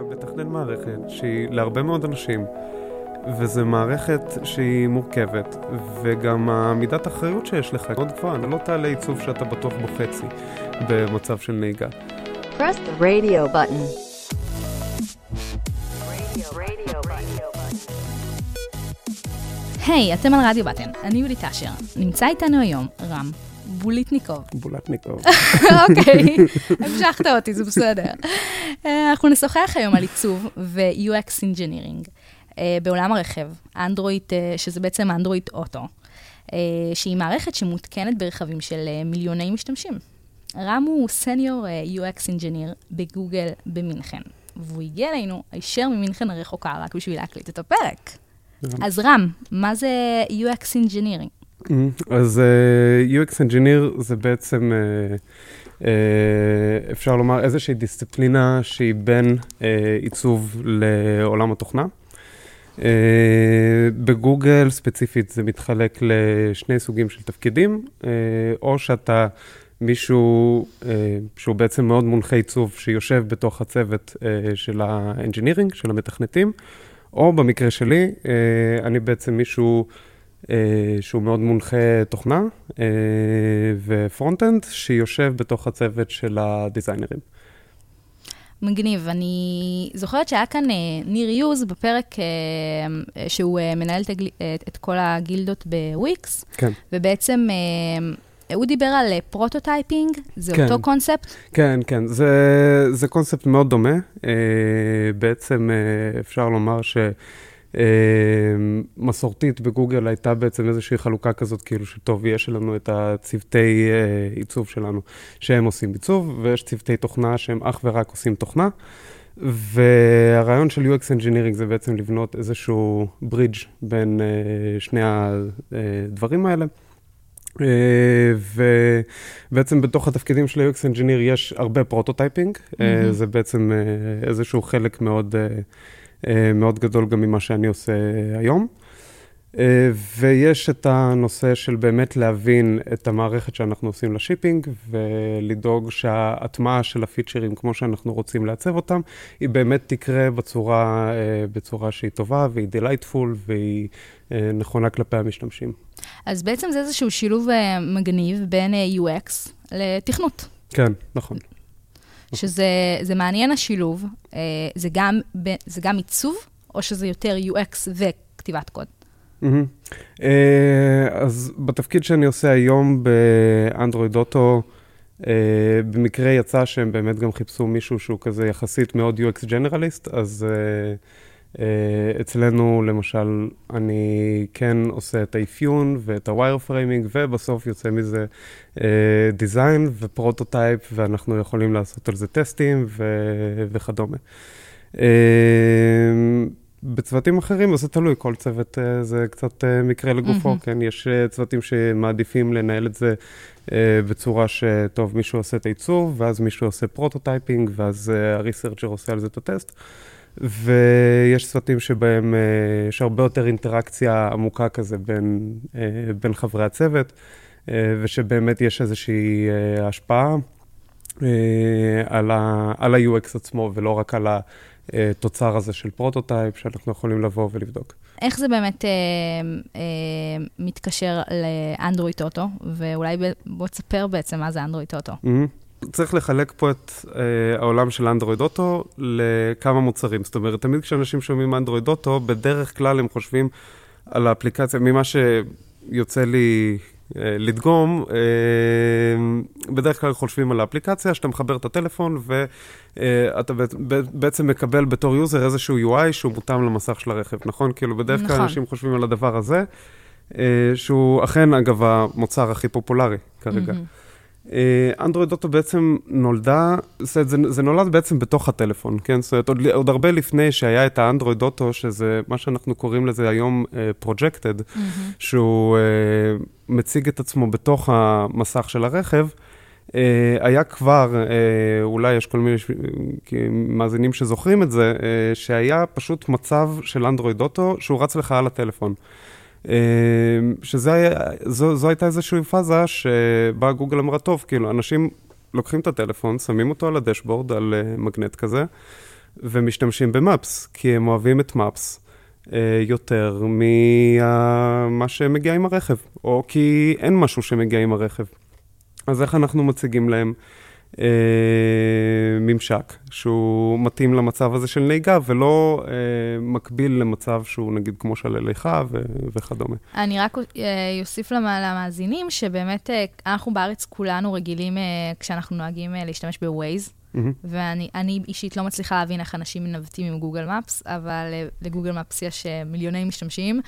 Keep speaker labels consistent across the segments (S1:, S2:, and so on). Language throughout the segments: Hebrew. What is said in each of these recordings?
S1: מתכנן מערכת שהיא להרבה מאוד אנשים, וזו מערכת שהיא מורכבת, וגם המידת האחריות שיש לך מאוד גבוהה. לא תעלה עיצוב שאתה בטוח בחצי במצב של נהיגה.
S2: Press the radio button.
S3: היי, אתם על רדיו בטן, אני יולי טאשר. נמצא איתנו היום רם בולטניקוב.
S1: בולטניקוב.
S3: אוקיי, המשכת אותי, זה בסדר. אנחנו נשוחח היום על עיצוב ו-UX Engineering בעולם הרכב, אנדרואיד, שזה בעצם אנדרואיד אוטו, שהיא מערכת שמותקנת ברכבים של מיליוני משתמשים. רם הוא סניור UX Engineer בגוגל במינכן, והוא הגיע אלינו הישר ממינכן הרחוקה רק בשביל להקליט את הפרק. אז רם, מה זה UX Engineering?
S1: אז UX Engineer זה בעצם, אפשר לומר, איזושהי דיסציפלינה שהיא בין עיצוב לעולם התוכנה. בגוגל ספציפית זה מתחלק לשני סוגים של תפקידים, או שאתה מישהו שהוא בעצם מאוד מונחה עיצוב שיושב בתוך הצוות של האנג'ינירינג, של המתכנתים, או במקרה שלי, אני בעצם מישהו שהוא מאוד מונחה תוכנה ופרונט-אנד, שיושב בתוך הצוות של הדיזיינרים.
S3: מגניב, אני זוכרת שהיה כאן ניר יוז בפרק שהוא מנהל את כל הגילדות בוויקס,
S1: כן.
S3: ובעצם הוא דיבר על פרוטוטייפינג, זה כן. אותו קונספט?
S1: כן, כן, זה קונספט מאוד דומה. בעצם אפשר לומר שמסורתית בגוגל הייתה בעצם איזושהי חלוקה כזאת, כאילו שטוב, יש לנו את הצוותי עיצוב שלנו, שהם עושים עיצוב, ויש צוותי תוכנה שהם אך ורק עושים תוכנה, והרעיון של UX Engineering זה בעצם לבנות איזשהו bridge בין שני הדברים האלה. ובעצם בתוך התפקידים של UX Engineer יש הרבה פרוטוטייפינג, זה בעצם איזשהו חלק מאוד, מאוד גדול גם ממה שאני עושה היום. ויש את הנושא של באמת להבין את המערכת שאנחנו עושים לשיפינג, ולדאוג שההטמעה של הפיצ'רים כמו שאנחנו רוצים לעצב אותם, היא באמת תקרה בצורה שהיא טובה, והיא delightful, והיא נכונה כלפי המשתמשים. אז
S3: בעצם זה איזשהו שילוב מגניב בין UX לתכנות.
S1: כן, נכון.
S3: שזה מעניין השילוב, זה גם עיצוב, או שזה יותר UX וכתיבת קוד?
S1: אז בתפקיד שאני עושה היום באנדרואיד אוטו, במקרה יצא שהם באמת גם חיפשו מישהו שהוא כזה יחסית מאוד UX ג'נרליסט, אז אצלנו למשל אני כן עושה את האפיון ואת הווייר פריימינג, ובסוף יוצא מזה דיזיין ופרוטוטייפ, ואנחנו יכולים לעשות על זה טסטים וכדומה. בצוותים אחרים, אז זה תלוי, כל צוות זה קצת מקרה לגופו, כן? יש צוותים שמעדיפים לנהל את זה בצורה שטוב, מישהו עושה את העיצוב, ואז מישהו עושה פרוטוטייפינג, ואז הריסרצ'ר עושה על זה את הטסט. ויש צוותים שבהם יש הרבה יותר אינטראקציה עמוקה כזה בין חברי הצוות, ושבאמת יש איזושהי השפעה על ה-UX עצמו, ולא רק על התוצר הזה של פרוטוטייפ, שאנחנו יכולים לבוא ולבדוק.
S3: איך זה באמת מתקשר לאנדרואיד אוטו, ואולי בוא תספר בעצם מה זה אנדרואיד אוטו.
S1: צריך לחלק פה את העולם של אנדרואיד אוטו לכמה מוצרים. זאת אומרת, תמיד כשאנשים שומעים אנדרואיד אוטו, בדרך כלל הם חושבים על האפליקציה, ממה שיוצא לי לדגום, בדרך כלל חושבים על האפליקציה, שאתה מחבר את הטלפון, ואתה בעצם מקבל בתור יוזר איזשהו UI שהוא מותאם למסך של הרכב, נכון? כאילו בדרך כלל אנשים חושבים על הדבר הזה, שהוא אכן, אגב, המוצר הכי פופולרי כרגע. אנדרואיד אוטו בעצם נולדה, זה נולד בעצם בתוך הטלפון, כן? זאת אומרת, עוד הרבה לפני שהיה את האנדרואיד אוטו, שזה מה שאנחנו קוראים לזה היום projected, שהוא מציג את עצמו בתוך המסך של הרכב, היה כבר, אולי יש כל מיני מאזינים שזוכרים את זה, שהיה פשוט מצב של אנדרואיד אוטו שהוא רץ לך על הטלפון. זו הייתה איזושהי פאזה שבה גוגל אמרה טוב, כאילו אנשים לוקחים את הטלפון, שמים אותו על הדשבורד, על מגנט כזה, ומשתמשים במאפס, כי הם אוהבים את מאפס יותר ממה שמגיע עם הרכב, או כי אין משהו שמגיע עם הרכב. אז איך אנחנו מציגים להם ממשק שהוא מתאים למצב הזה של נהיגה, ולא מקביל למצב שהוא נגיד כמו של הליכה וכדומה.
S3: אני רק יוסיף למאזינים, שבאמת אנחנו בארץ כולנו רגילים כשאנחנו נוהגים להשתמש בווייז, ואני אישית לא מצליחה להבין איך אנשים מנווטים עם גוגל מפס, אבל לגוגל מפס יש מיליוני משתמשים,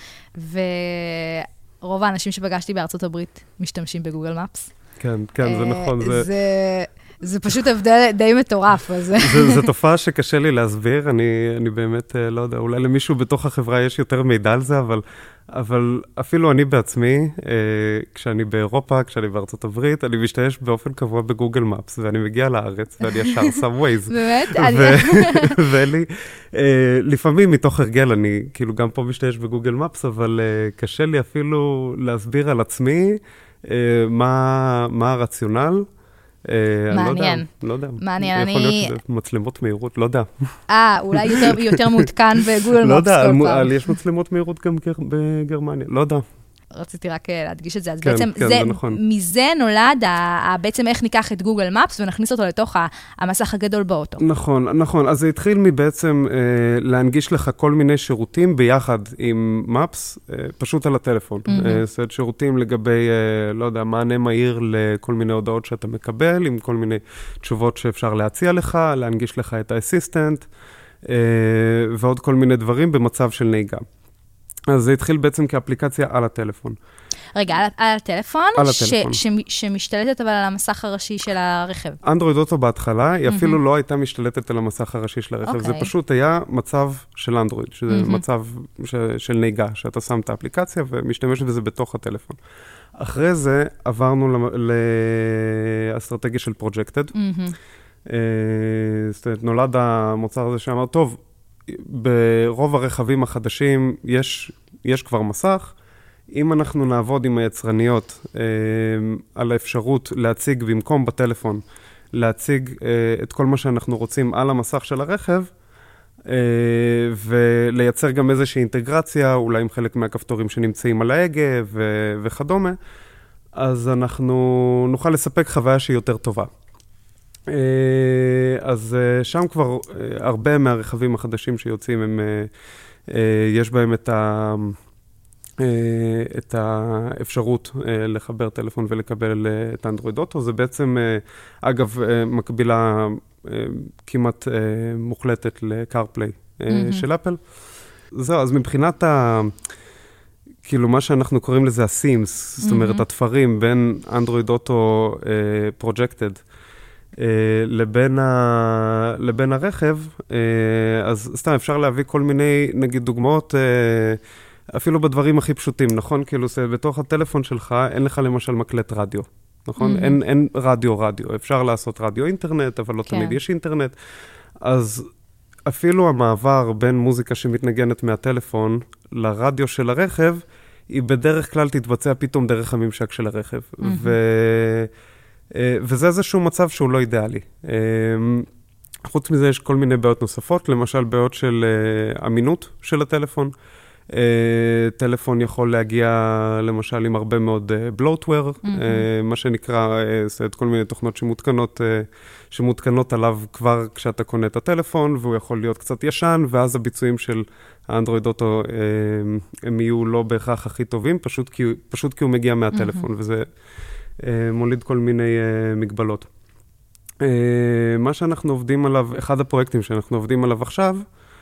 S3: ורוב האנשים שפגשתי בארצות הברית משתמשים בגוגל מפס.
S1: כן, כן, זה נכון.
S3: זה פשוט הבדל די מטורף.
S1: זו תופעה שקשה לי להסביר, אני באמת לא יודע, אולי למישהו בתוך החברה יש יותר מידע על זה, אבל אפילו אני בעצמי, כשאני באירופה, כשאני בארצות הברית, אני משתמש באופן קבוע בגוגל מפס, ואני מגיע לארץ, ואני ישר שם ווייז.
S3: באמת?
S1: ולי, לפעמים מתוך הרגל, אני כאילו גם פה משתמש בגוגל מפס, אבל קשה לי אפילו להסביר על עצמי מה הרציונל.
S3: מעניין.
S1: לא יודע.
S3: מעניין,
S1: יכול להיות שזה מצלמות מהירות, לא יודע.
S3: אולי יותר מעודכן בגוגל מפס.
S1: לא יודע, יש מצלמות מהירות גם בגרמניה, לא יודע.
S3: רציתי רק להדגיש את זה. אז
S1: כן,
S3: בעצם
S1: כן, זה נכון.
S3: מזה נולד, בעצם איך ניקח את גוגל מפס ונכניס אותו לתוך המסך הגדול באוטו.
S1: נכון. אז זה התחיל מבעצם להנגיש לך כל מיני שירותים ביחד עם מפס, פשוט על הטלפון. זאת אומרת, שירותים לגבי, לא יודע, מענה מהיר לכל מיני הודעות שאתה מקבל, עם כל מיני תשובות שאפשר להציע לך, להנגיש לך את האסיסטנט, ועוד כל מיני דברים במצב של נהיגה. אז זה התחיל בעצם כאפליקציה על הטלפון.
S3: רגע, על הטלפון?
S1: על הטלפון.
S3: שמשתלטת אבל על המסך הראשי של הרכב.
S1: אנדרואיד אוטו בהתחלה, היא אפילו לא הייתה משתלטת על המסך הראשי של הרכב. זה פשוט היה מצב של אנדרואיד, שזה מצב של נהיגה, שאתה שם את האפליקציה ומשתמש בזה בתוך הטלפון. אחרי זה עברנו לאסטרטגיה של פרוג'קטד. זאת אומרת, נולד המוצר הזה שאמר, טוב, ברוב הרכבים החדשים יש כבר מסך. אם אנחנו נעבוד עם היצרניות על האפשרות להציג במקום בטלפון, להציג את כל מה שאנחנו רוצים על המסך של הרכב, ולייצר גם איזושהי אינטגרציה, אולי עם חלק מהכפתורים שנמצאים על ההגה וכדומה, אז אנחנו נוכל לספק חוויה שהיא יותר טובה. אז שם כבר הרבה מהרכבים החדשים שיוצאים, יש בהם את האפשרות לחבר טלפון ולקבל את אנדרואיד אוטו. זה בעצם, אגב, מקבילה כמעט מוחלטת לקארפליי של אפל. זהו, אז מבחינת כאילו מה שאנחנו קוראים לזה הסימס, זאת אומרת, התפרים בין אנדרואיד אוטו פרוג'קטד, לבין הרכב, אז סתם אפשר להביא כל מיני, נגיד, דוגמאות, אפילו בדברים הכי פשוטים, נכון? כאילו, בתוך הטלפון שלך אין לך למשל מקלט רדיו, נכון? אין רדיו. אפשר לעשות רדיו אינטרנט, אבל לא תמיד יש אינטרנט. אז אפילו המעבר בין מוזיקה שמתנגנת מהטלפון לרדיו של הרכב, היא בדרך כלל תתבצע פתאום דרך הממשק של הרכב. וזה איזשהו מצב שהוא לא אידיאלי. חוץ מזה יש כל מיני בעיות נוספות, למשל בעיות של אמינות של הטלפון. טלפון יכול להגיע למשל עם הרבה מאוד בלוטוור, מה שנקרא, כל מיני תוכנות שמותקנות עליו כבר כשאתה קונה את הטלפון, והוא יכול להיות קצת ישן, ואז הביצועים של האנדרואיד אוטו הם יהיו לא בהכרח הכי טובים, פשוט כי הוא מגיע מהטלפון, וזה מוליד כל מיני מגבלות. מה שאנחנו עובדים עליו, אחד הפרויקטים שאנחנו עובדים עליו עכשיו,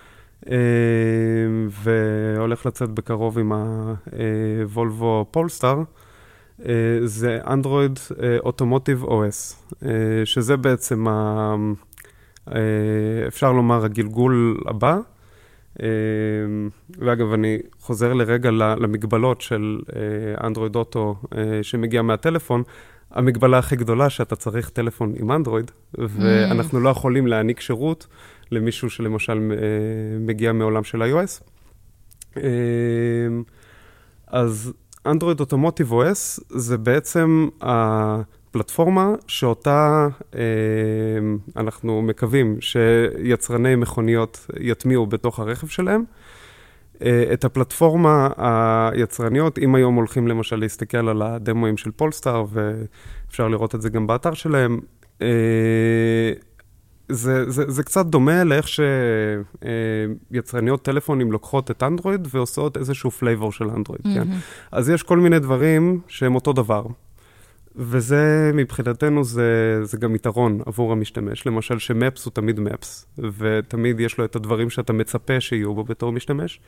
S1: והולך לצאת בקרוב עם הוולבו פולסטאר, זה אנדרואיד אוטומוטיב OS, שזה בעצם, אפשר לומר, הגלגול הבא. ואגב, אני חוזר לרגע למגבלות של אנדרואיד אוטו שמגיע מהטלפון. המגבלה הכי גדולה שאתה צריך טלפון עם אנדרואיד, ואנחנו לא יכולים להעניק שירות למישהו שלמשל מגיע מעולם של iOS. אז אנדרואיד אוטומוטיב OS זה בעצם פלטפורמה שאותה אנחנו מקווים שיצרני מכוניות יטמיעו בתוך הרכב שלהם. את הפלטפורמה היצרניות, אם היום הולכים למשל להסתכל על הדמוים של פולסטאר, ואפשר לראות את זה גם באתר שלהם, זה קצת דומה לאיך שיצרניות טלפונים לוקחות את אנדרואיד ועושות איזשהו פלייבור של אנדרואיד, כן? אז יש כל מיני דברים שהם אותו דבר. וזה מבחינתנו זה גם יתרון עבור המשתמש. למשל שמפס הוא תמיד מפס, ותמיד יש לו את הדברים שאתה מצפה שיהיו בו בתור משתמש.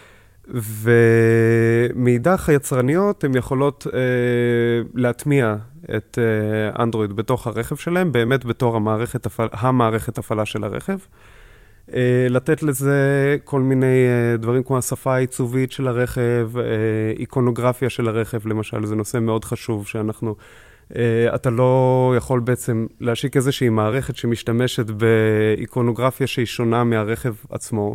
S1: ומאידך היצרניות הן יכולות להטמיע את אנדרואיד בתוך הרכב שלהם, באמת בתור המערכת הפעלה של הרכב. לתת לזה כל מיני דברים כמו השפה העיצובית של הרכב, איקונוגרפיה של הרכב, למשל, זה נושא מאוד חשוב שאנחנו, אתה לא יכול בעצם להשיק איזושהי מערכת שמשתמשת באיקונוגרפיה שהיא שונה מהרכב עצמו,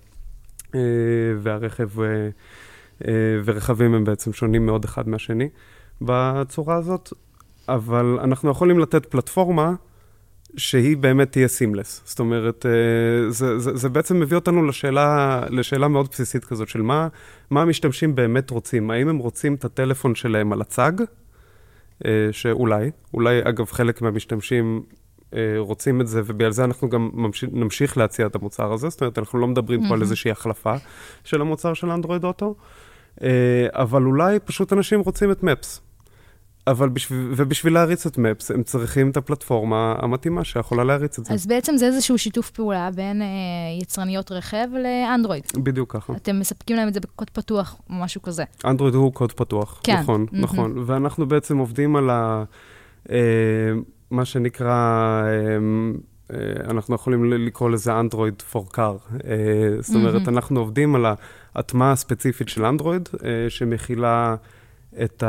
S1: והרכב ורכבים הם בעצם שונים מאוד אחד מהשני בצורה הזאת, אבל אנחנו יכולים לתת פלטפורמה שהיא באמת תהיה סימלס. זאת אומרת, זה בעצם מביא אותנו לשאלה מאוד בסיסית כזאת, של מה המשתמשים באמת רוצים. האם הם רוצים את הטלפון שלהם על הצג, שאולי אגב חלק מהמשתמשים רוצים את זה, ובגלל זה אנחנו גם נמשיך להציע את המוצר הזה. זאת אומרת, אנחנו לא מדברים פה על איזושהי החלפה של המוצר של אנדרואיד אוטו, אבל אולי פשוט אנשים רוצים את מפס. ובשביל להריץ את מפס, הם צריכים את הפלטפורמה המתאימה שיכולה להריץ את זה.
S3: אז בעצם זה איזשהו שיתוף פעולה בין יצרניות רכב לאנדרואיד.
S1: בדיוק ככה.
S3: אתם מספקים להם את זה בקוד פתוח או משהו כזה.
S1: אנדרואיד הוא קוד פתוח, כן. נכון, נכון. ואנחנו בעצם עובדים על מה שנקרא, אנחנו יכולים לקרוא לזה אנדרואיד for car. זאת אומרת, אנחנו עובדים על ההטמעה הספציפית של אנדרואיד, שמכילה את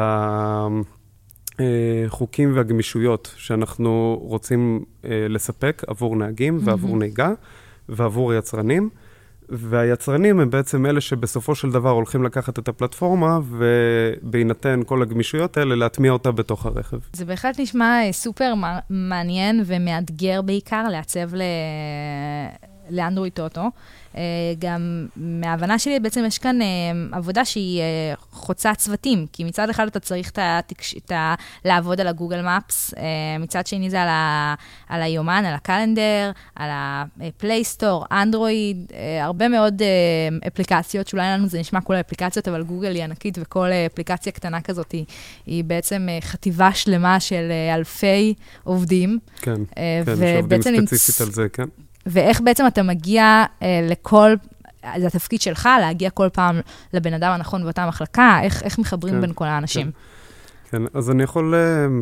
S1: חוקים והגמישויות שאנחנו רוצים לספק עבור נהגים ועבור נהיגה ועבור יצרנים, והיצרנים הם בעצם אלה שבסופו של דבר הולכים לקחת את הפלטפורמה ובהינתן כל הגמישויות האלה להטמיע אותה בתוך הרכב. זה
S3: בהחלט נשמע סופר מעניין ומאתגר בעיקר לעצב לאנדרואיד אוטו. גם מההבנה שלי בעצם יש כאן עבודה שהיא חוצה צוותים, כי מצד אחד אתה צריך לעבוד על הגוגל מפס, מצד שני זה על היומן, על הקלנדר, על הפלייסטור, אנדרואיד, הרבה מאוד אפליקציות, שאולי לנו זה נשמע כל האפליקציות, אבל גוגל היא ענקית וכל אפליקציה קטנה כזאת היא בעצם חטיבה שלמה של אלפי עובדים.
S1: כן, שעובדים ספציפית על זה, כן.
S3: ואיך בעצם אתה מגיע לכל, זה התפקיד שלך, להגיע כל פעם לבן אדם הנכון באותה מחלקה, איך מחברים בין כל האנשים?
S1: כן, אז אני יכול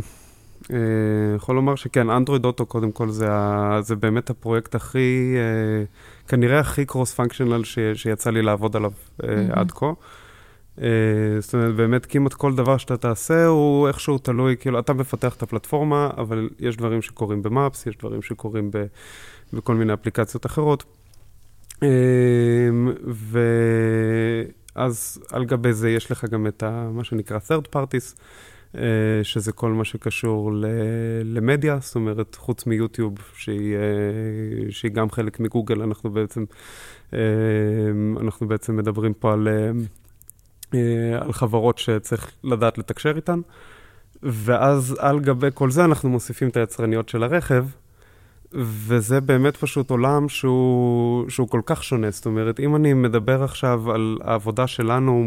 S1: לומר שכן, אנדרואיד אוטו קודם כל זה באמת הפרויקט הכי, כנראה הכי קרוס-פונקשיונל שיצא לי לעבוד עליו עד כה. זאת אומרת, באמת כמעט כל דבר שאתה תעשה הוא איכשהו תלוי, כאילו אתה מפתח את הפלטפורמה, אבל יש דברים שקורים במאפס, יש דברים שקורים בכל מיני אפליקציות אחרות. ואז על גבי זה יש לך גם את מה שנקרא third parties, שזה כל מה שקשור למדיה, זאת אומרת, חוץ מיוטיוב, שהיא גם חלק מגוגל, אנחנו בעצם מדברים פה על חברות שצריך לדעת לתקשר איתן, ואז על גבי כל זה אנחנו מוסיפים את היצרניות של הרכב, וזה באמת פשוט עולם שהוא כל כך שונה. זאת אומרת, אם אני מדבר עכשיו על העבודה שלנו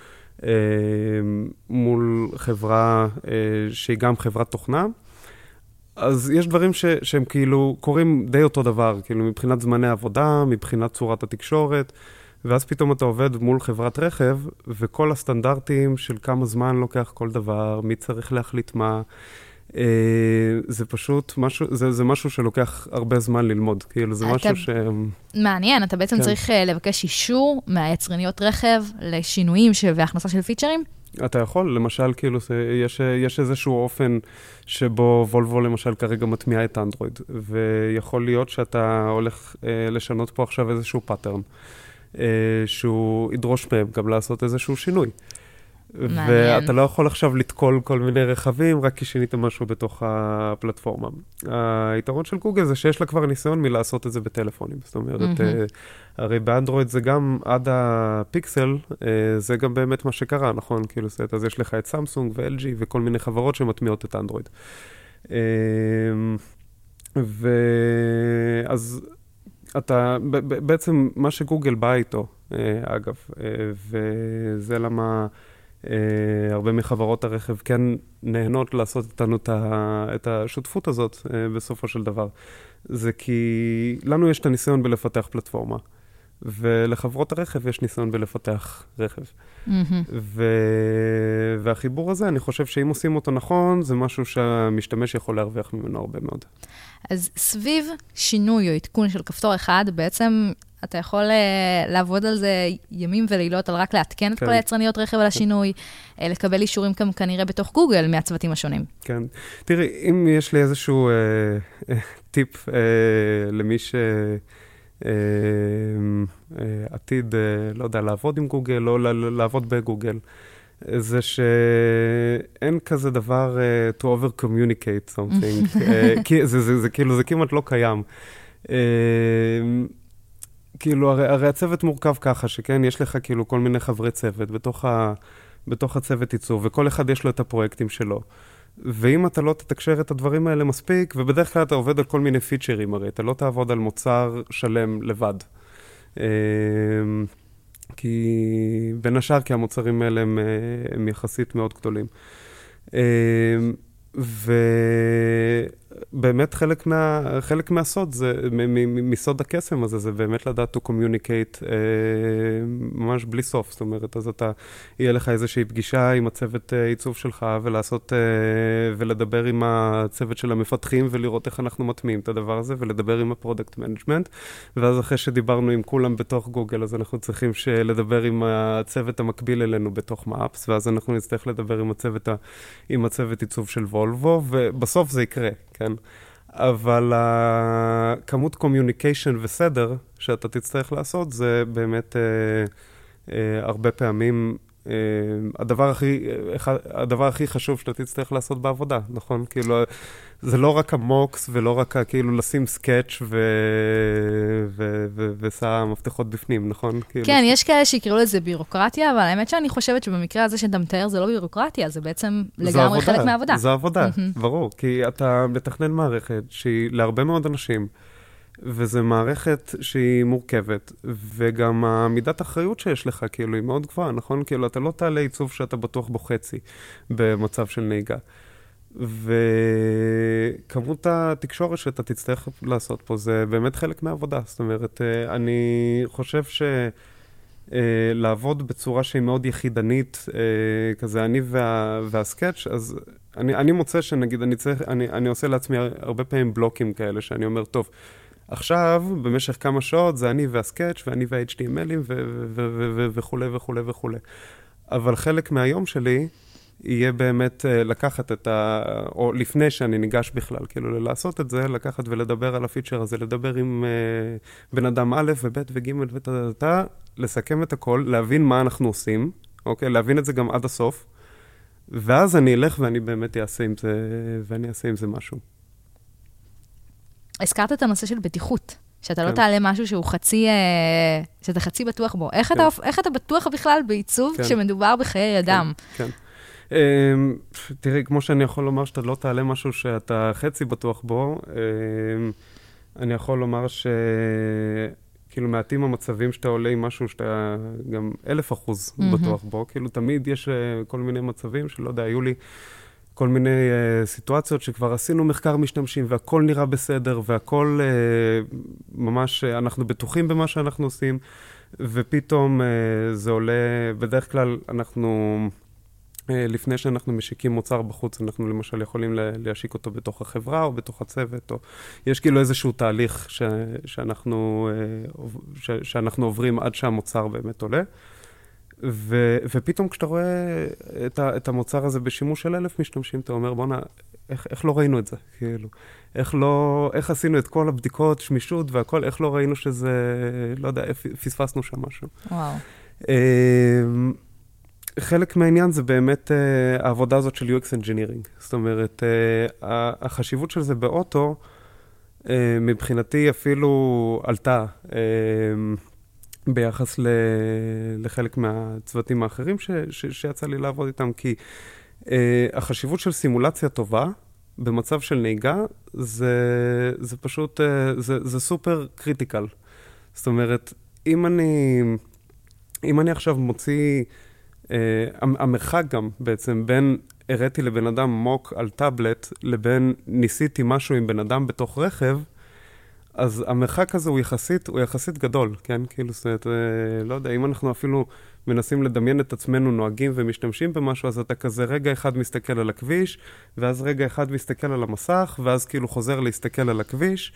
S1: מול חברה שהיא גם חברת תוכנה, אז יש דברים שהם כאילו קוראים די אותו דבר, כאילו מבחינת זמני עבודה, מבחינת צורת התקשורת, ואז פתאום אתה עובד מול חברת רכב, וכל הסטנדרטים של כמה זמן לוקח כל דבר, מי צריך להחליט מה, זה פשוט משהו, זה משהו שלוקח הרבה זמן ללמוד, כאילו זה משהו
S3: מעניין, אתה בעצם צריך לבקש אישור מהיצרניות רכב לשינויים והכנסה של פיצ'רים?
S1: אתה יכול, למשל, כאילו, יש איזשהו אופן שבו וולבו למשל כרגע מטמיע את אנדרואיד, ויכול להיות שאתה הולך לשנות פה עכשיו איזשהו פאטרן, שהוא ידרוש מהם גם לעשות איזשהו שינוי. ואתה לא יכול עכשיו לתקול כל מיני רכבים, רק כי שינית משהו בתוך הפלטפורמה. היתרון של גוגל זה שיש לה כבר ניסיון מלעשות את זה בטלפונים. זאת אומרת, הרי באנדרואיד זה גם עד הפיקסל, זה גם באמת מה שקרה, נכון? כאילו, אז יש לך את סמסונג ו-LG וכל מיני חברות שמטמיעות את אנדרואיד. ואז אתה, בעצם מה שגוגל בא איתו, אגב, וזה למה הרבה מחברות הרכב כן נהנות לעשות איתנו את השותפות הזאת בסופו של דבר. זה כי לנו יש את הניסיון בלפתח פלטפורמה, ולחברות הרכב יש ניסיון בלפתח רכב. והחיבור הזה, אני חושב שאם עושים אותו נכון, זה משהו שהמשתמש יכול להרוויח ממנו הרבה מאוד.
S3: אז סביב שינוי או עדכון של כפתור אחד, בעצם אתה יכול לעבוד על זה ימים ולילות, על רק להתקן את כל היצרניות רכב על השינוי, לקבל אישורים כנראה בתוך גוגל מהצוותים השונים.
S1: כן. תראי, אם יש לי איזשהו טיפ למי שעתיד, לא יודע, לעבוד עם גוגל או לעבוד בגוגל, זה שאין כזה דבר to over communicate something. זה כאילו, זה כמעט לא קיים. כאילו, הרי הצוות מורכב ככה, שכן, יש לך כאילו כל מיני חברי צוות בתוך הצוות ייצור, וכל אחד יש לו את הפרויקטים שלו. ואם אתה לא תתקשר את הדברים האלה מספיק, ובדרך כלל אתה עובד על כל מיני פיצ'רים, הרי אתה לא תעבוד על מוצר שלם לבד. כי בין השאר, כי המוצרים האלה הם יחסית מאוד גדולים. ובאמת חלק מהסוד, מסוד הקסם הזה, זה באמת לדעת to communicate ממש בלי סוף. זאת אומרת, אז יהיה לך איזושהי פגישה עם הצוות עיצוב שלך, ולדבר עם הצוות של המפתחים, ולראות איך אנחנו מטמיעים את הדבר הזה, ולדבר עם הפרודקט מנג'מנט. ואז אחרי שדיברנו עם כולם בתוך גוגל, אז אנחנו צריכים לדבר עם הצוות המקביל אלינו בתוך מאפס, ואז אנחנו נצטרך לדבר עם הצוות עיצוב של וולבו, ובסוף זה יקרה, כן? אבל כמות קומיוניקיישן וסדר שאתה תצטרך לעשות, זה באמת הרבה פעמים הדבר הכי חשוב שאתה תצטרך לעשות בעבודה, נכון? כאילו, זה לא רק המוקס ולא רק כאילו לשים סקאץ' ושא מפתחות בפנים, נכון?
S3: כן, יש כאלה שיקראו לזה בירוקרטיה, אבל האמת שאני חושבת שבמקרה הזה שאתה מתאר זה לא בירוקרטיה, זה בעצם לגמרי חלק מהעבודה.
S1: זה עבודה, ברור, כי אתה מתכנן מערכת שהיא להרבה מאוד אנשים, וזו מערכת שהיא מורכבת, וגם המידת האחריות שיש לך, כאילו, היא מאוד גבוהה, נכון? כאילו, אתה לא תעלה עיצוב שאתה בטוח בו חצי במצב של נהיגה. וכמות התקשורת שאתה תצטרך לעשות פה, זה באמת חלק מהעבודה. זאת אומרת, אני חושב לעבוד בצורה שהיא מאוד יחידנית, כזה אני והסקאץ', אז אני מוצא שנגיד, אני עושה לעצמי הרבה פעמים בלוקים כאלה, שאני אומר, טוב, עכשיו, במשך כמה שעות, זה אני והסקאץ' ואני וה-HTML'ים וכו' וכו' וכו'. אבל חלק מהיום שלי יהיה באמת לקחת או לפני שאני ניגש בכלל, כאילו לעשות את זה, לקחת ולדבר על הפיצ'ר הזה, לדבר עם בן אדם א' וב' וג' ותתה, לסכם את הכל, להבין מה אנחנו עושים, אוקיי? להבין את זה גם עד הסוף, ואז אני אלך ואני באמת אעשה עם זה משהו.
S3: הזכרת את הנושא של בטיחות, שאתה לא תעלה משהו שהוא שאתה חצי בטוח בו. איך אתה בטוח בכלל בעיצוב כשמדובר בחיי אדם?
S1: כן. תראי, כמו שאני יכול לומר שאתה לא תעלה משהו שאתה חצי בטוח בו, אני יכול לומר כאילו מעטים המצבים שאתה עולה עם משהו שאתה גם 1000% בטוח בו, כאילו תמיד יש כל מיני מצבים שלא יודע, היו לי כל מיני סיטואציות שכבר עשינו מחקר משתמשים, והכל נראה בסדר, והכל ממש, אנחנו בטוחים במה שאנחנו עושים, ופתאום זה עולה, בדרך כלל אנחנו, לפני שאנחנו משיקים מוצר בחוץ, אנחנו למשל יכולים להשיק אותו בתוך החברה, או בתוך הצוות, או יש כאילו איזשהו תהליך שאנחנו עוברים עד שהמוצר באמת עולה. ופתאום כשאתה רואה את המוצר הזה בשימוש של 1,000 משתמשים, אתה אומר, בוא'נה, איך לא ראינו את זה? כאילו, איך עשינו את כל הבדיקות, שמישות והכל, איך לא ראינו שזה, לא יודע, פספסנו שם משהו.
S3: וואו.
S1: חלק מהעניין זה באמת העבודה הזאת של UX Engineering. זאת אומרת, החשיבות של זה באוטו, מבחינתי אפילו עלתה ביחס לחלק מהצוותים האחרים שיצא לי לעבוד איתם, כי החשיבות של סימולציה טובה במצב של נהיגה, זה פשוט, זה סופר קריטיקל. זאת אומרת, אם אני עכשיו מוציא, המרחק גם בעצם בין הראיתי לבן אדם מוק על טאבלט, לבין ניסיתי משהו עם בן אדם בתוך רכב, אז המרחק הזה הוא יחסית גדול, כן? כאילו, זאת אומרת, לא יודע, אם אנחנו אפילו מנסים לדמיין את עצמנו נוהגים ומשתמשים במשהו, אז אתה כזה רגע אחד מסתכל על הכביש, ואז רגע אחד מסתכל על המסך, ואז כאילו חוזר להסתכל על הכביש,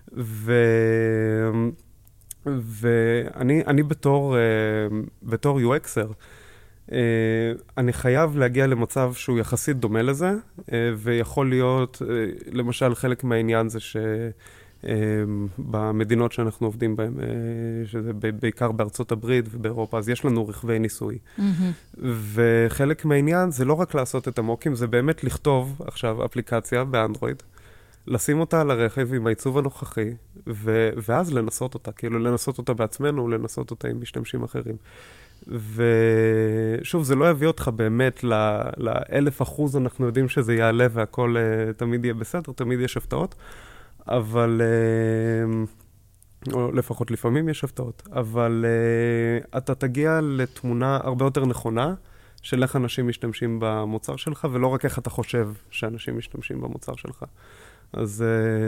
S1: ואני בתור UXer, אני חייב להגיע למצב שהוא יחסית דומה לזה, ויכול להיות, למשל, חלק מהעניין זה במדינות שאנחנו עובדים בהן, שזה בעיקר בארצות הברית ובאירופה, אז יש לנו רכבי ניסוי. וחלק מהעניין זה לא רק לעשות את המוקים, זה באמת לכתוב עכשיו אפליקציה באנדרואיד, לשים אותה על הרכב עם העיצוב הנוכחי, ואז לנסות אותה, כאילו לנסות אותה בעצמנו, לנסות אותה עם משתמשים אחרים. ושוב, זה לא יביא אותך באמת ל1,000%, אנחנו יודעים שזה יעלה והכל תמיד יהיה בסדר, תמיד יש הפתעות, אבל, או לפחות לפעמים יש הפתעות, אבל אתה תגיע לתמונה הרבה יותר נכונה של איך אנשים משתמשים במוצר שלך, ולא רק איך אתה חושב שאנשים משתמשים במוצר שלך. אז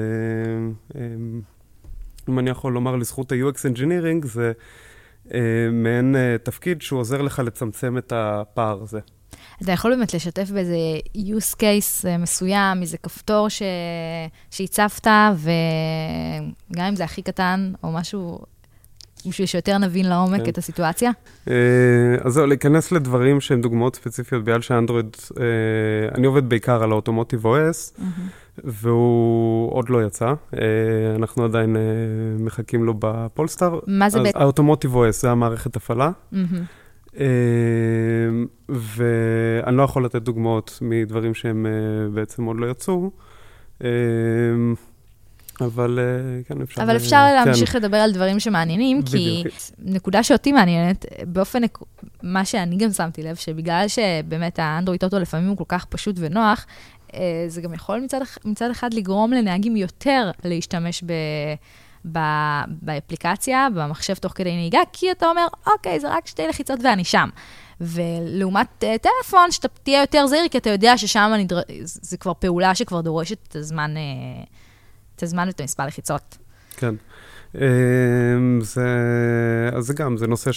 S1: אם אני יכול לומר לזכות ה-UX Engineering, זה מעין תפקיד שהוא עוזר לך לצמצם את הפער הזה.
S3: אתה יכול באמת לשתף באיזה use case מסוים, איזה כפתור שהצפת, וגם אם זה הכי קטן, או משהו שיותר נבין לעומק את הסיטואציה?
S1: אז זהו, להיכנס לדברים שהם דוגמאות ספציפיות, בגלל שאנדרואיד, אני עובד בעיקר על האוטומוטיב OS, והוא עוד לא יצא. אנחנו עדיין מחכים לו בפולסטאר.
S3: מה זה בעצם?
S1: האוטומוטיב OS זה המערכת הפעלה. ואני לא יכול לתת דוגמאות מדברים שהם בעצם עוד לא יצאו. אבל כן, אפשר...
S3: אבל אפשר להמשיך לדבר על דברים שמעניינים, כי נקודה שאותי מעניינת, באופן, מה שאני גם שמתי לב, שבגלל שבאמת האנדרואיד אוטו לפעמים הוא כל כך פשוט ונוח, זה גם יכול מצד אחד לגרום לנהגים יותר להשתמש באפליקציה, במחשב תוך כדי נהיגה, כי אתה אומר, אוקיי, זה רק 2 לחיצות ואני שם. ולעומת טלפון, שאתה תהיה יותר זהיר, כי אתה יודע ששם זה כבר פעולה שכבר דורשת את הזמן ואת המספר לחיצות.
S1: כן. אז זה גם, זה נושא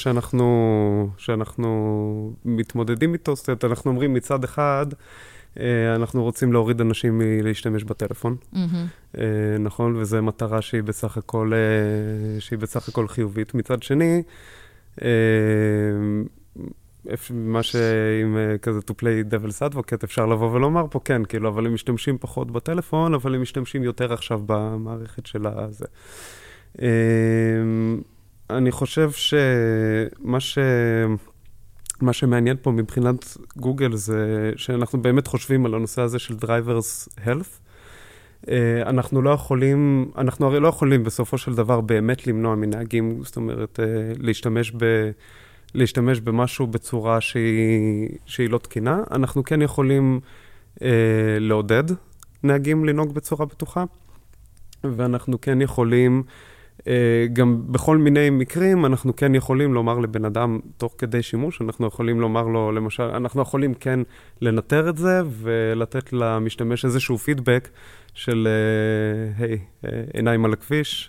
S1: שאנחנו מתמודדים איתו, זאת אומרת, אנחנו אומרים מצד אחד, אנחנו רוצים להוריד אנשים מלהשתמש בטלפון, נכון? וזו מטרה שהיא בסך הכל חיובית. מצד שני, מה שאם כזה to play devil's advocate אפשר לבוא ולומר פה, כן, כאילו, אבל הם משתמשים פחות בטלפון, אבל הם משתמשים יותר עכשיו במערכת של הזה. אני חושב מה שמעניין פה מבחינת גוגל זה שאנחנו באמת חושבים על הנושא הזה של drivers health. אנחנו הרי לא יכולים בסופו של דבר באמת למנוע מנהגים, זאת אומרת, להשתמש במשהו בצורה שהיא לא תקינה. אנחנו כן יכולים לעודד נהגים לנהוג בצורה בטוחה, ואנחנו כן יכולים, גם בכל מיני מקרים, אנחנו כן יכולים לומר לבן אדם, תוך כדי שימוש, אנחנו יכולים לומר לו, למשל, אנחנו יכולים כן לנטר את זה, ולתת למשתמש איזשהו פידבק של, היי, עיניים על הכביש,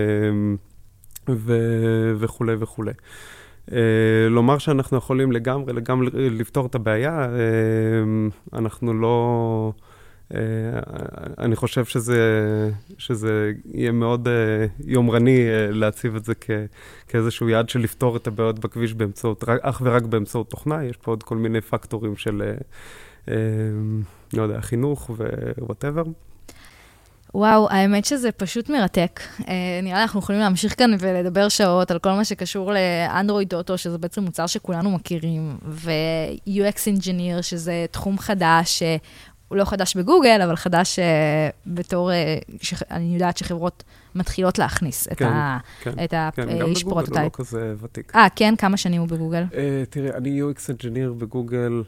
S1: וכו' וכו'. לומר שאנחנו יכולים לגמרי לפתור את הבעיה, אנחנו לא... אני חושב שזה יהיה מאוד יומרני להציב את זה כאיזשהו יעד של לפתור את הבעיות בכביש אך ורק באמצעות תוכנה. יש פה עוד כל מיני פקטורים של, לא יודע, חינוך ו-whatever.
S3: וואו, האמת שזה פשוט מרתק. נראה לי אנחנו יכולים להמשיך כאן ולדבר שעות על כל מה שקשור לאנדרואיד אוטו, שזה בעצם מוצר שכולנו מכירים, ו-UX Engineer, שזה תחום חדש, הוא לא חדש בגוגל, אבל חדש בתור, אני יודעת שחברות מתחילות להכניס את האיש פרוטוטייפ.
S1: הוא לא כזה ותיק.
S3: כן? כמה שנים הוא בגוגל?
S1: תראה, אני UX Engineer בגוגל,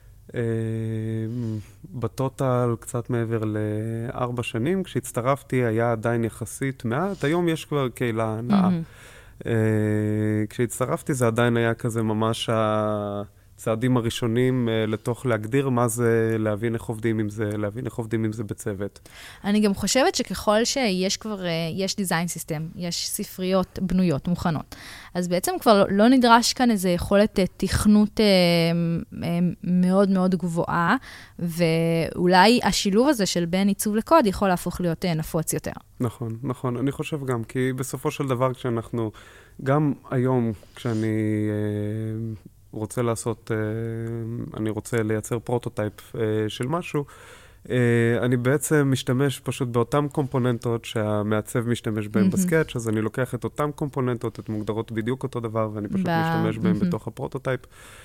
S1: בטוטל קצת מעבר ל4 שנים. כשהצטרפתי היה עדיין יחסית מעט, היום יש כבר קהילה נאה. כשהצטרפתי זה עדיין היה כזה ממש הצעדים הראשונים לתוך להגדיר מה זה, להבין איך עובדים עם זה, להבין איך עובדים עם זה בצוות.
S3: אני גם חושבת שככל שיש כבר, יש דיזיין סיסטם, יש ספריות בנויות, מוכנות, אז בעצם כבר לא נדרש כאן איזו יכולת תכנות מאוד מאוד גבוהה, ואולי השילוב הזה של בין עיצוב לקוד יכול להפוך להיות נפוץ יותר.
S1: נכון, נכון. אני חושב גם, כי בסופו של דבר כשאנחנו, גם היום כשאני רוצה לעשות, אני רוצה לייצר פרוטוטייפ של משהו, אני בעצם משתמש פשוט באותם קומפוננטות שהמעצב משתמש בהם בסקאץ', אז אני לוקח את אותם קומפוננטות, את מוגדרות בדיוק אותו דבר, ואני פשוט משתמש בהם בתוך הפרוטוטייפ.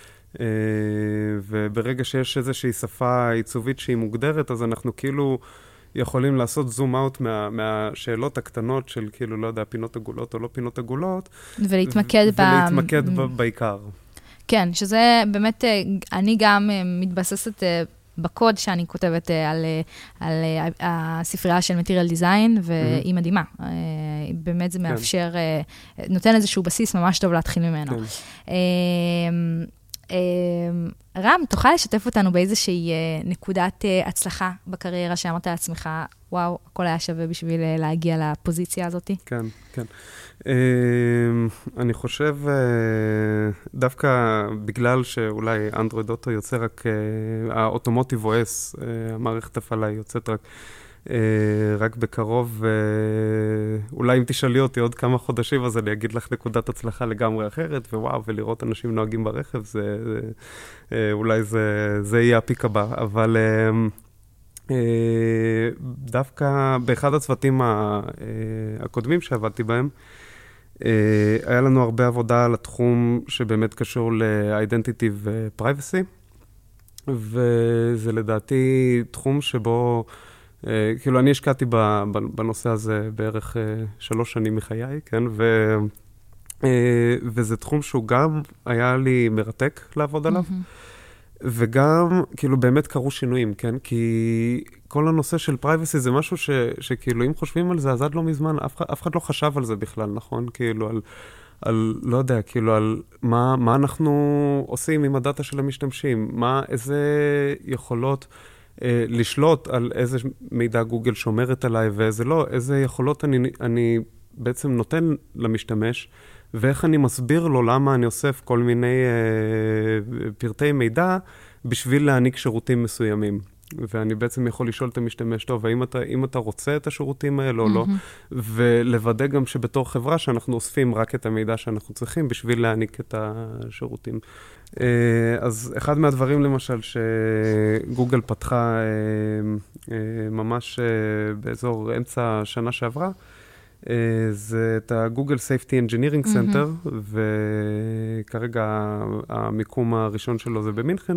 S1: וברגע שיש איזושהי שפה עיצובית שהיא מוגדרת, אז אנחנו כאילו יכולים לעשות זום אאוט מהשאלות הקטנות של כאילו, לא יודע, פינות עגולות או לא פינות עגולות.
S3: ולהתמקד
S1: בעיקר.
S3: כן, שזה באמת, אני גם מתבססת בקוד שאני כותבת על הספרייה של Material Design, והיא מדהימה. באמת זה מאפשר, נותן איזשהו בסיס ממש טוב להתחיל ממנו. רם, תוכל לשתף אותנו באיזושהי נקודת הצלחה בקריירה שאמרת לעצמך, וואו, הכל היה שווה בשביל להגיע לפוזיציה הזאת?
S1: כן, כן. אני חושב, דווקא בגלל שאולי אנדרואיד אוטו יוצא רק, האוטומוטיב OS, המערכת הפעלה יוצאת רק בקרוב, אולי אם תשאלי אותי עוד כמה חודשים, אז אני אגיד לך נקודת הצלחה לגמרי אחרת, ווואו, ולראות אנשים נוהגים ברכב, אולי זה יהיה הפיק הבא, אבל דווקא באחד הצוותים הקודמים שעבדתי בהם, היה לנו הרבה עבודה על התחום שבאמת קשור ל-Identity ו-Privacy, וזה לדעתי תחום שבו, כאילו אני השקעתי בנושא הזה בערך 3 שנים מחיי, כן? וזה תחום שהוא גם היה לי מרתק לעבוד עליו, וגם כאילו באמת קרו שינויים, כן? כי כל הנושא של privacy זה משהו שכאילו אם חושבים על זה, אז עד לא מזמן, אף אחד לא חשב על זה בכלל, נכון? כאילו על לא יודע, כאילו על מה אנחנו עושים עם הדאטה של המשתמשים, איזה יכולות לשלוט על איזה מידע גוגל שומרת עליי ואיזה לא, איזה יכולות אני בעצם נותן למשתמש, ואיך אני מסביר לו למה אני אוסף כל מיני פרטי מידע בשביל להעניק שירותים מסוימים. ואני בעצם יכול לשאול את המשתמש, טוב, האם אתה רוצה את השירותים האלה או לא, ולוודא גם שבתור חברה שאנחנו אוספים רק את המידע שאנחנו צריכים בשביל להעניק את השירותים. אז אחד מהדברים למשל שגוגל פתחה ממש באזור אמצע שנה שעברה, זה את ה-Google Safety Engineering Center, וכרגע המיקום הראשון שלו זה במינכן,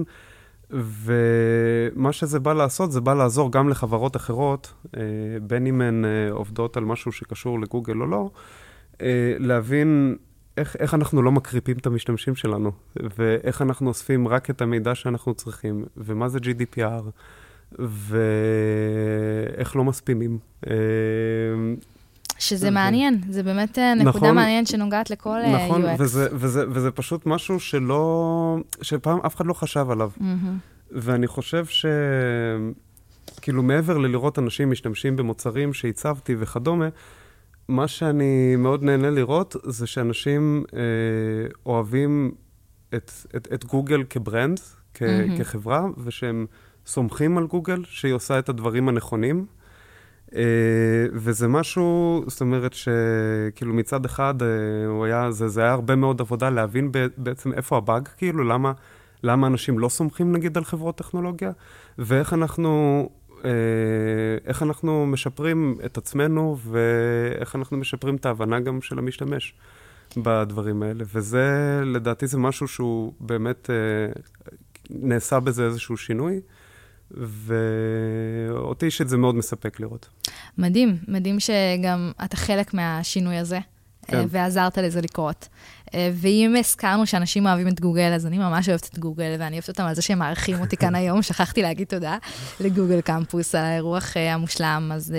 S1: ומה שזה בא לעשות, זה בא לעזור גם לחברות אחרות, בין אם הן עובדות על משהו שקשור לגוגל או לא, להבין איך אנחנו לא מקריפים את המשתמשים שלנו, ואיך אנחנו אוספים רק את המידע שאנחנו צריכים, ומה זה GDPR, ואיך לא מספימים.
S3: שזה מעניין, זה באמת נקודה מעניינת שנוגעת לכל UX.
S1: נכון, וזה פשוט משהו שפעם אף אחד לא חשב עליו. ואני חושב שכאילו מעבר ללראות אנשים משתמשים במוצרים שהצבתי וכדומה, מה שאני מאוד נהנה לראות זה שאנשים אוהבים את גוגל כברנד, כחברה, ושהם סומכים על גוגל שהיא עושה את הדברים הנכונים. וזה משהו, זאת אומרת שכאילו מצד אחד זה היה הרבה מאוד עבודה להבין בעצם איפה הבאג, כאילו למה אנשים לא סומכים נגיד על חברות טכנולוגיה, ואיך אנחנו איך אנחנו משפרים את עצמנו, ואיך אנחנו משפרים את ההבנה גם של המשתמש בדברים האלה. וזה, לדעתי, זה משהו שהוא באמת נעשה בזה איזשהו שינוי, ואותי שזה מאוד מספק לראות.
S3: מדהים, מדהים שגם אתה חלק מהשינוי הזה, כן. ועזרת לזה לקרות. ואם הזכרנו שאנשים אוהבים את גוגל, אז אני ממש אוהבת את גוגל, ואני אוהבת אותם על זה שהם מערכים אותי כאן היום. שכחתי להגיד תודה לגוגל קמפוס, על האירוח המושלם. אז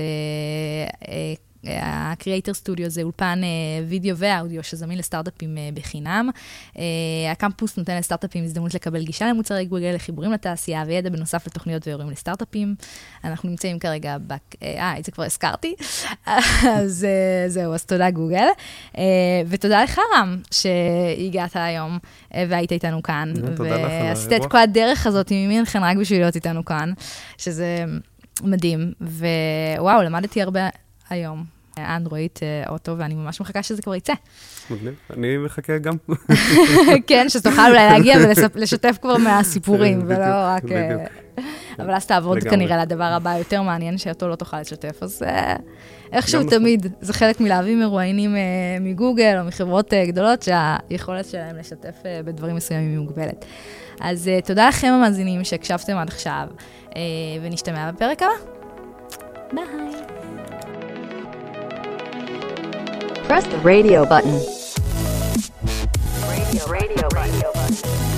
S3: ה-Creator Studio זה אולפן וידאו ואודיו שזמין לסטארט-אפים בחינם. הקמפוס נותן לסטארט-אפים הזדמנות לקבל גישה למוצרי גוגל, לחיבורים לתעשייה וידע בנוסף לתוכניות ואירועים לסטארט-אפים. אנחנו נמצאים כרגע, את זה כבר הזכרתי. אז זהו, אז תודה גוגל. ותודה לך רם שהגעת היום והיית איתנו כאן. ועשית את כל הדרך הזאת ממינכן רק בשביל להיות איתנו כאן, שזה מדהים. ווואו, למדתי הרבה היום. אנדרואיד אוטו, ואני ממש מחכה שזה כבר יצא.
S1: מגניב, אני מחכה גם.
S3: כן, שתוכל אולי להגיע ולשתף כבר מהסיפורים, ולא רק... אבל אז תעבוד כנראה לדבר הבא יותר מעניין, שאותו לא תוכל לשתף, אז איכשהו תמיד, זה חלק מלהביא מרואיינים מגוגל, או מחברות גדולות, שהיכולת שלהם לשתף בדברים מסוימים היא מוגבלת. אז תודה לכם המאזינים שהקשבתם עד עכשיו, ונשתמע בפרק הבא. ביי.
S2: Press the radio button. Radio button.